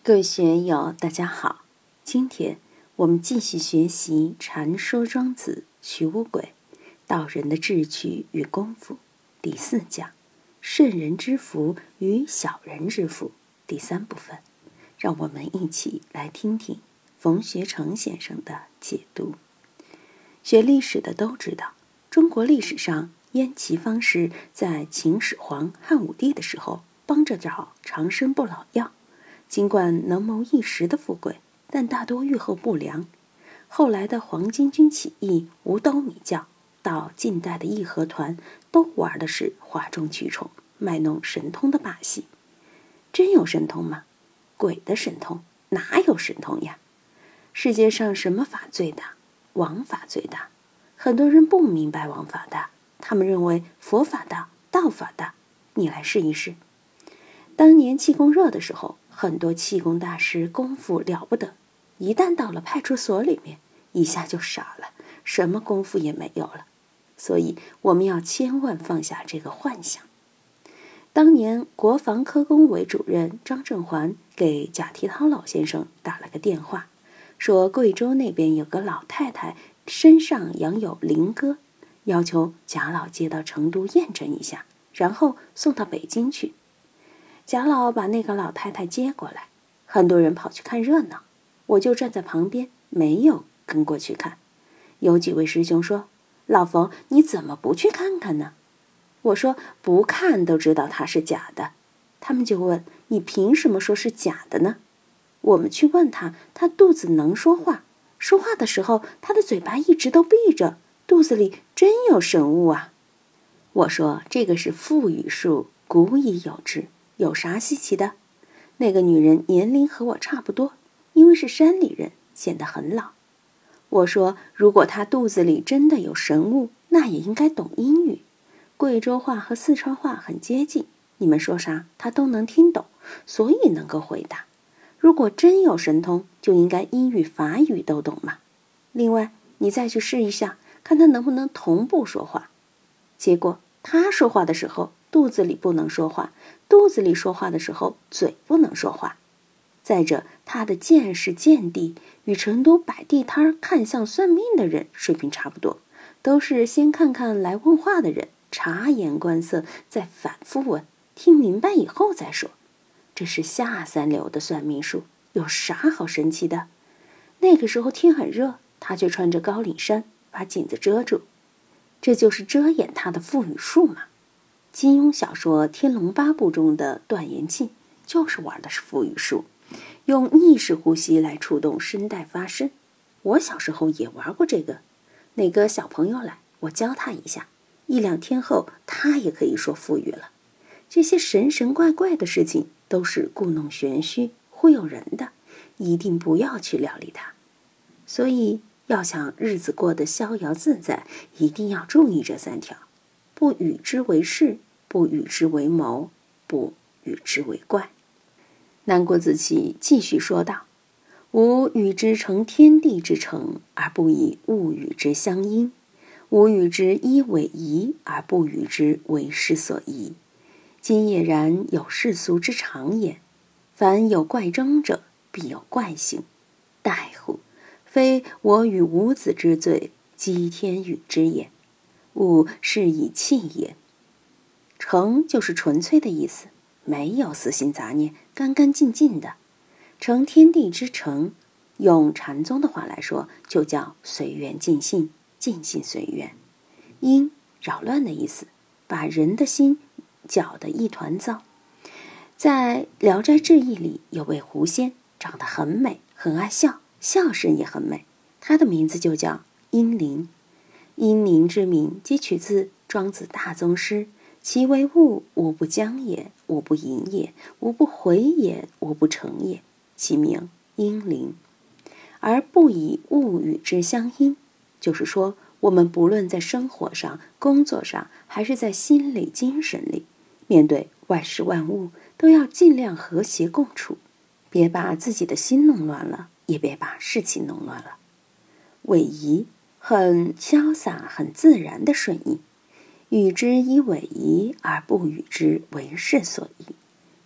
各位学友，大家好！今天我们继续学习《禅说庄子·徐无鬼道人的志趣与功夫》第4讲“圣人之福与小人之福”第3部分。让我们一起来听听冯学成先生的解读。学历史的都知道，中国历史上燕齐方士在秦始皇、汉武帝的时候帮着找长生不老药。尽管能谋一时的富贵，但大多预后不良。后来的黄巾军起义、五斗米教，到近代的义和团，都玩的是哗众取宠、卖弄神通的把戏。真有神通吗？鬼的神通哪有神通呀？世界上什么法最大？王法最大。很多人不明白王法大，他们认为佛法大、道法大。你来试一试。当年气功热的时候，很多气功大师功夫了不得，一旦到了派出所里面，一下就傻了，什么功夫也没有了。所以我们要千万放下这个幻想。当年国防科工委主任张正环给贾提涛老先生打了个电话，说贵州那边有个老太太身上养有灵鸽，要求贾老接到成都验证一下，然后送到北京去。贾老把那个老太太接过来，很多人跑去看热闹，我就站在旁边，没有跟过去看。有几位师兄说：“老冯，你怎么不去看看呢？”我说：“不看都知道它是假的。”他们就问：“你凭什么说是假的呢？”我们去问他，他肚子能说话，说话的时候他的嘴巴一直都闭着，肚子里真有神物啊！我说：“这个是腹语术，古已有之。有啥稀奇的？”那个女人年龄和我差不多，因为是山里人，显得很老。我说：“如果她肚子里真的有神物，那也应该懂英语。贵州话和四川话很接近，你们说啥她都能听懂，所以能够回答。如果真有神通，就应该英语、法语都懂嘛。另外，你再去试一下，看她能不能同步说话。”结果她说话的时候肚子里不能说话，肚子里说话的时候嘴不能说话。再者，他的见识见地与成都摆地摊看相算命的人水平差不多，都是先看看来问话的人，察言观色，再反复问，听明白以后再说。这是下三流的算命术，有啥好神奇的？那个时候天很热，他却穿着高领衫，把颈子遮住，这就是遮掩他的腹语术嘛。金庸小说《天龙八部》中的段延庆就是玩的是腹语术，用逆式呼吸来触动声带发声。我小时候也玩过这个，哪个小朋友来，我教他一下，1-2天后他也可以说腹语了。这些神神怪怪的事情都是故弄玄虚、忽悠人的，一定不要去料理它。所以要想日子过得逍遥自在，一定要注意这3条：不与之为事，不与之为谋，不与之为怪。南郭子綦继续说道：“吾与之成天地之成，而不以物与之相因；吾与之依为宜，而不与之为世所宜。今也然有世俗之常也。凡有怪征者，必有怪性。殆乎！非我与伍子之罪，积天与之也。物是以气也。”成就是纯粹的意思，没有私心杂念，干干净净的。成天地之成，用禅宗的话来说，就叫随缘尽性，尽性随缘。因，扰乱的意思，把人的心搅得一团糟。在《聊斋志异》里有位狐仙，长得很美，很爱笑，笑声也很美，他的名字就叫阴灵。阴灵之名皆取自庄子大宗师：“其为物，无不将也，无不淫也，无不回也，无不成也。其名阴灵。”而不以物与之相因，就是说我们不论在生活上、工作上，还是在心理、精神里，面对万事万物，都要尽量和谐共处，别把自己的心弄乱了，也别把事情弄乱了。尾仪很潇洒、很自然的顺应，与之依委夷，而不与之为世所宜，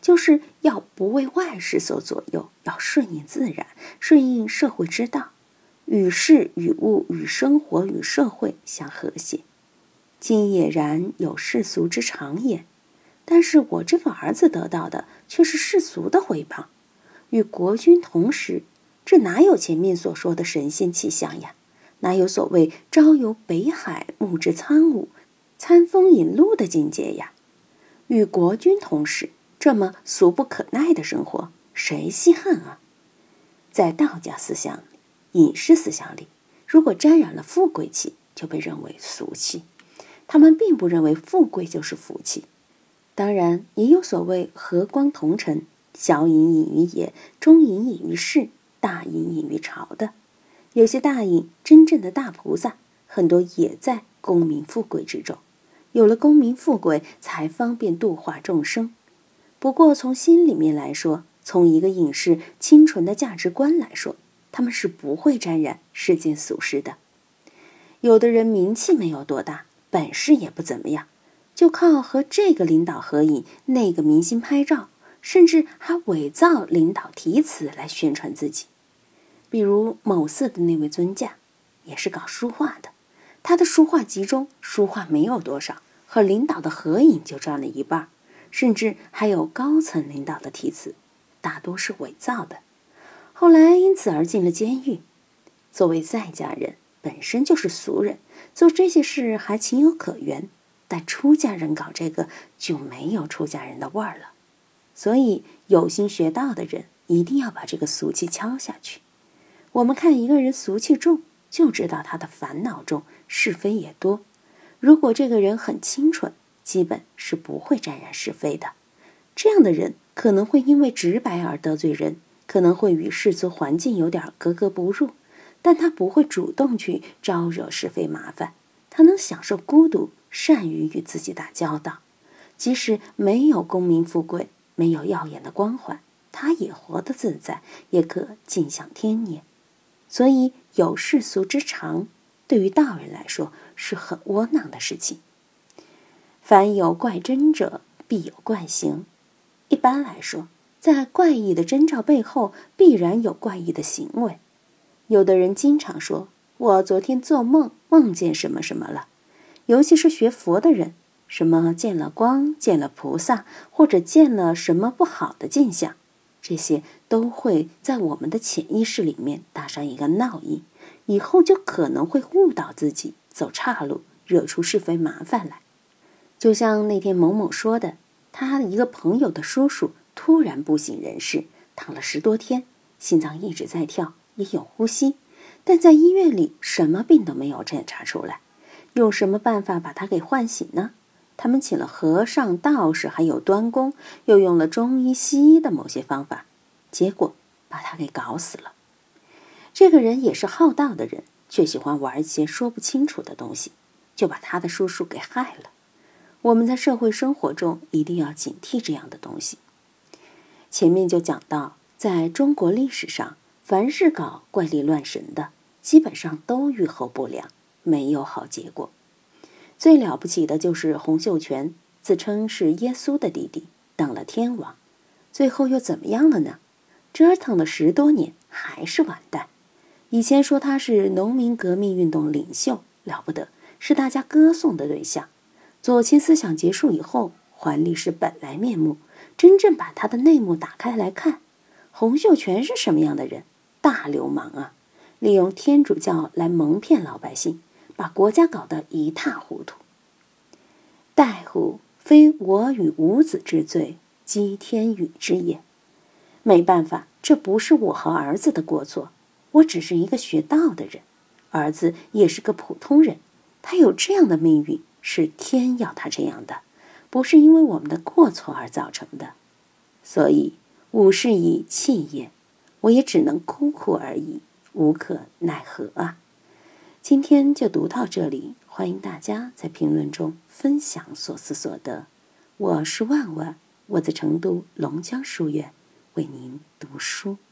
就是要不为外事所左右，要顺应自然，顺应社会之道，与事与物与生活与社会相和谐。今也然有世俗之常也，但是我这个儿子得到的却是世俗的回报，与国君同时，这哪有前面所说的神仙气象呀？哪有所谓朝游北海，暮至苍梧，餐风饮露的境界呀？与国君同时，这么俗不可耐的生活，谁稀罕啊？在道家思想里，隐士思想里，如果沾染了富贵气，就被认为俗气。他们并不认为富贵就是福气。当然，也有所谓和光同尘，小隐隐于野，中隐隐于市，大隐隐于朝的。有些大隐，真正的大菩萨，很多也在功名富贵之中。有了功名富贵，才方便度化众生。不过从心里面来说，从一个隐士清纯的价值观来说，他们是不会沾染世间俗事的。有的人名气没有多大，本事也不怎么样，就靠和这个领导合影，那个明星拍照，甚至还伪造领导题词来宣传自己。比如某寺的那位尊驾，也是搞书画的，他的书画集中，书画没有多少，和领导的合影就占了一半，甚至还有高层领导的题词，大多是伪造的。后来因此而进了监狱。作为在家人，本身就是俗人，做这些事还情有可原，但出家人搞这个就没有出家人的味儿了。所以有心学道的人一定要把这个俗气敲下去。我们看一个人俗气重，就知道他的烦恼重，是非也多。如果这个人很清纯，基本是不会沾染是非的。这样的人可能会因为直白而得罪人，可能会与世俗环境有点格格不入，但他不会主动去招惹是非麻烦，他能享受孤独，善于与自己打交道。即使没有功名富贵，没有耀眼的光环，他也活得自在，也可尽享天年。所以有世俗之常，对于道人来说是很窝囊的事情。凡有怪真者，必有怪行。一般来说，在怪异的征兆背后，必然有怪异的行为。有的人经常说，我昨天做梦，梦见什么什么了。尤其是学佛的人，什么见了光，见了菩萨，或者见了什么不好的镜像，这些都会在我们的潜意识里面打上一个烙印，以后就可能会误导自己，走岔路，惹出是非麻烦来。就像那天某某说的，他一个朋友的叔叔突然不省人事，躺了10多天，心脏一直在跳，也有呼吸，但在医院里什么病都没有检查出来。用什么办法把他给唤醒呢？他们请了和尚、道士，还有端公，又用了中医、西医的某些方法，结果把他给搞死了。这个人也是好道的人，却喜欢玩一些说不清楚的东西，就把他的叔叔给害了。我们在社会生活中一定要警惕这样的东西。前面就讲到，在中国历史上，凡是搞怪力乱神的，基本上都预后不良，没有好结果。最了不起的就是洪秀全，自称是耶稣的弟弟，当了天王，最后又怎么样了呢？折腾了10多年，还是完蛋。以前说他是农民革命运动领袖，了不得，是大家歌颂的对象。左倾思想结束以后，还历史本来面目，真正把他的内幕打开来看，洪秀全是什么样的人？大流氓啊！利用天主教来蒙骗老百姓，把国家搞得一塌糊涂。殆乎，非我与伍子之罪，积天与之也。没办法，这不是我和儿子的过错，我只是一个学道的人，儿子也是个普通人，他有这样的命运，是天要他这样的，不是因为我们的过错而造成的。所以吾是以弃也，我也只能哭哭而已，无可奈何啊。今天就读到这里，欢迎大家在评论中分享所思所得。我是万万，我在成都龙江书院为您读书。